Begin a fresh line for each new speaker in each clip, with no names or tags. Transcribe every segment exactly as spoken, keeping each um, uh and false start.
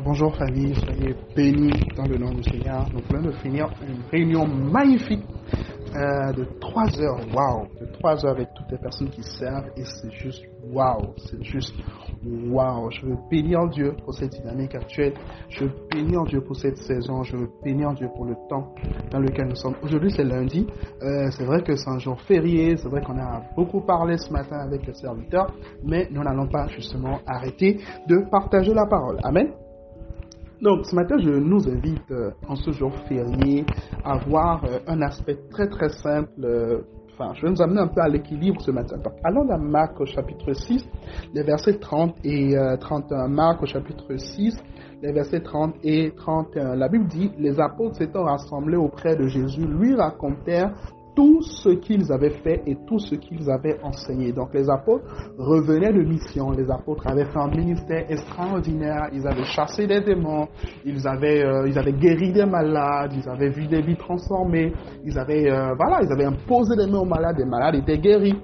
Bonjour famille, soyez bénis dans le nom du Seigneur. Nous venons de finir une réunion magnifique euh, de trois heures, waouh, de trois heures avec toutes les personnes qui servent et c'est juste waouh, c'est juste waouh. Je veux bénir Dieu pour cette dynamique actuelle, je veux bénir Dieu pour cette saison, je veux bénir Dieu pour le temps dans lequel nous sommes. Aujourd'hui c'est lundi, euh, c'est vrai que c'est un jour férié, c'est vrai qu'on a beaucoup parlé ce matin avec le serviteur, mais nous n'allons pas justement arrêter de partager la parole. Amen. Donc, ce matin, je nous invite, euh, en ce jour férié, à voir euh, un aspect très très simple. Euh, enfin, je vais nous amener un peu à l'équilibre ce matin. Donc, allons à Marc au chapitre six, les versets trente et euh, trente et un. Marc au chapitre six, les versets trente et trente et un. La Bible dit, les apôtres s'étant rassemblés auprès de Jésus, lui racontèrent tout ce qu'ils avaient fait et tout ce qu'ils avaient enseigné. Donc les apôtres revenaient de mission, les apôtres avaient fait un ministère extraordinaire, ils avaient chassé des démons, ils avaient, euh, ils avaient guéri des malades, ils avaient vu des vies transformées, ils avaient, euh, voilà, ils avaient imposé des mains aux malades, les malades étaient guéris.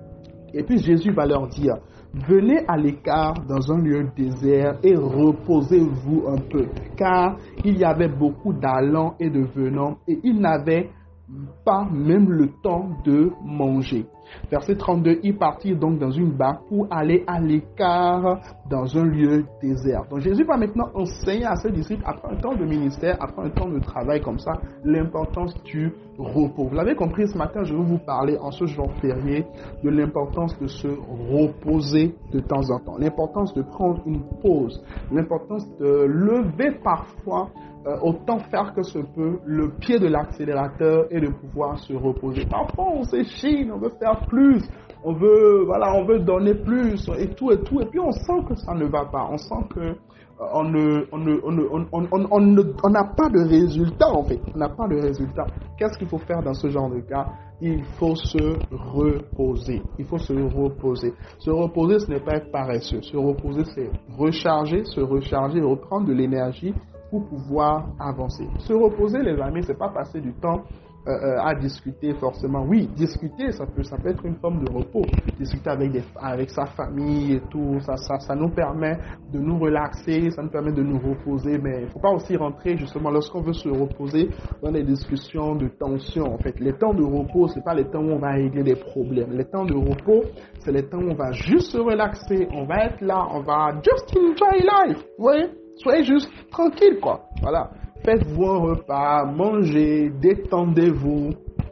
Et puis Jésus va leur dire, venez à l'écart dans un lieu désert et reposez-vous un peu, car il y avait beaucoup d'allants et de venants et ils n'avaient pas même le temps de manger. Verset trente-deux, ils partirent donc dans une barque pour aller à l'écart dans un lieu désert. Donc Jésus va maintenant enseigner à ses disciples, après un temps de ministère, après un temps de travail comme ça, l'importance du repos. Vous l'avez compris, ce matin, je vais vous parler en ce jour férié de l'importance de se reposer de temps en temps, l'importance de prendre une pause, l'importance de lever parfois Euh, autant faire que se peut le pied de l'accélérateur et de pouvoir se reposer. Parfois on s'échine, on veut faire plus, on veut, voilà, on veut donner plus et tout et tout, et puis on sent que ça ne va pas, on sent que euh, on ne, on ne, on ne, on, on, on, on ne, on n'a pas de résultat en fait, on n'a pas de résultat. Qu'est-ce qu'il faut faire dans ce genre de cas? Il faut se reposer. Il faut se reposer. Se reposer, ce n'est pas être paresseux. Se reposer, c'est recharger, se recharger, reprendre de l'énergie pour pouvoir avancer. Se reposer, les amis, c'est pas passer du temps euh, à discuter forcément. Oui, discuter, ça peut, ça peut être une forme de repos. Discuter avec, des, avec sa famille et tout, ça, ça, ça nous permet de nous relaxer, ça nous permet de nous reposer, mais il ne faut pas aussi rentrer justement lorsqu'on veut se reposer dans des discussions de tension. En fait, les temps de repos, c'est pas les temps où on va régler des problèmes. Les temps de repos, c'est les temps où on va juste se relaxer, on va être là, on va just enjoy life. Vous voyez? Soyez juste tranquille, quoi. Voilà. Faites-vous un repas, mangez, détendez-vous,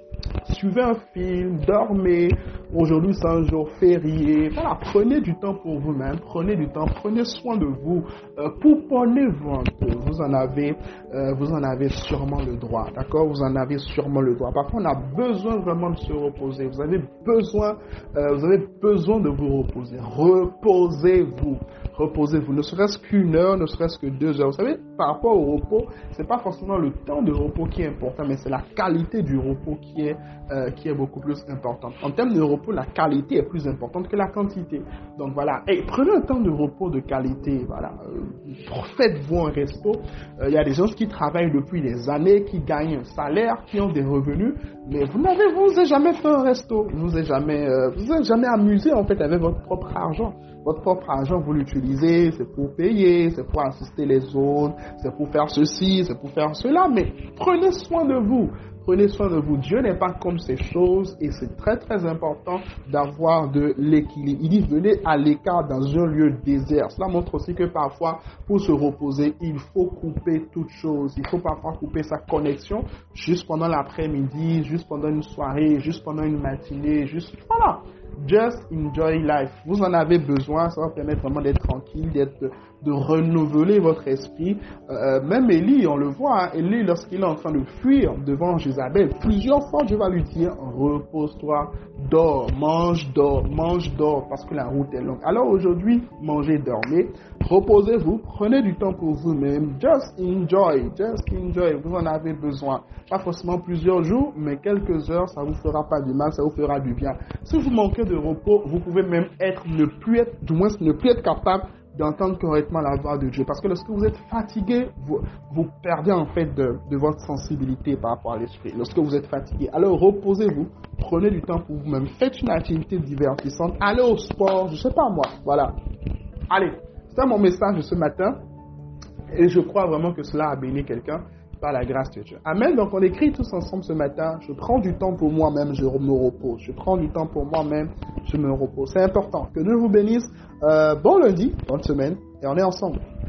suivez un film, dormez. Aujourd'hui, c'est un jour férié. Voilà, prenez du temps pour vous-même, prenez du temps, prenez soin de vous, euh, pouponez-vous un peu. Vous en avez, euh, vous en avez sûrement le droit, d'accord? Vous en avez sûrement le droit. Parfois, on a besoin vraiment de se reposer. Vous avez besoin, euh, vous avez besoin de vous reposer. Reposez-vous. Reposez-vous, ne serait-ce qu'une heure, ne serait-ce que deux heures. Vous savez, par rapport au repos, c'est pas forcément le temps de repos qui est important, mais c'est la qualité du repos qui est, euh, qui est beaucoup plus importante. En termes de repos, la qualité est plus importante que la quantité. Donc voilà, et prenez un temps de repos de qualité. Voilà, euh, faites-vous un resto. Il euh, y a des gens qui travaillent depuis des années, qui gagnent un salaire, qui ont des revenus, mais vous n'avez vous avez jamais fait un resto, vous n'avez jamais, euh, vous avez jamais amusé en fait avec votre propre argent. Votre propre argent, vous l'utilisez, c'est pour payer, c'est pour assister les autres, c'est pour faire ceci, c'est pour faire cela, mais prenez soin de vous. Prenez soin de vous. Dieu n'est pas comme ces choses et c'est très très important d'avoir de l'équilibre. Il dit venez à l'écart dans un lieu désert. Cela montre aussi que parfois pour se reposer, il faut couper toute chose. Il faut parfois couper sa connexion juste pendant l'après-midi, juste pendant une soirée, juste pendant une matinée, juste voilà. Just enjoy life. Vous en avez besoin, ça va permettre vraiment d'être tranquille, d'être, de renouveler votre esprit. Euh, même Élie, on le voit, hein, Élie, lorsqu'il est en train de fuir devant Jézabel, plusieurs fois Dieu va lui dire, repose-toi, dors, mange, dors, mange, dors, parce que la route est longue. Alors aujourd'hui, mangez, dormez, reposez-vous, prenez du temps pour vous-même, just enjoy, just enjoy, vous en avez besoin. Pas forcément plusieurs jours, mais quelques heures, ça vous fera pas du mal, ça vous fera du bien. Si vous manquez de repos, vous pouvez même être, ne plus être, du moins ne plus être capable d'entendre correctement la voix de Dieu. Parce que lorsque vous êtes fatigué, vous, vous perdez en fait de, de votre sensibilité par rapport à l'esprit. Lorsque vous êtes fatigué, alors reposez-vous, prenez du temps pour vous-même, faites une activité divertissante, allez au sport, je sais pas moi, voilà. Allez, c'est mon message de ce matin. Et je crois vraiment que cela a béni quelqu'un par la grâce de Dieu. Amen. Donc on écrit tous ensemble ce matin, je prends du temps pour moi-même, je me repose. Je prends du temps pour moi-même, je me repose. C'est important. Que Dieu vous bénisse. Euh, bon lundi, bonne semaine, et on est ensemble.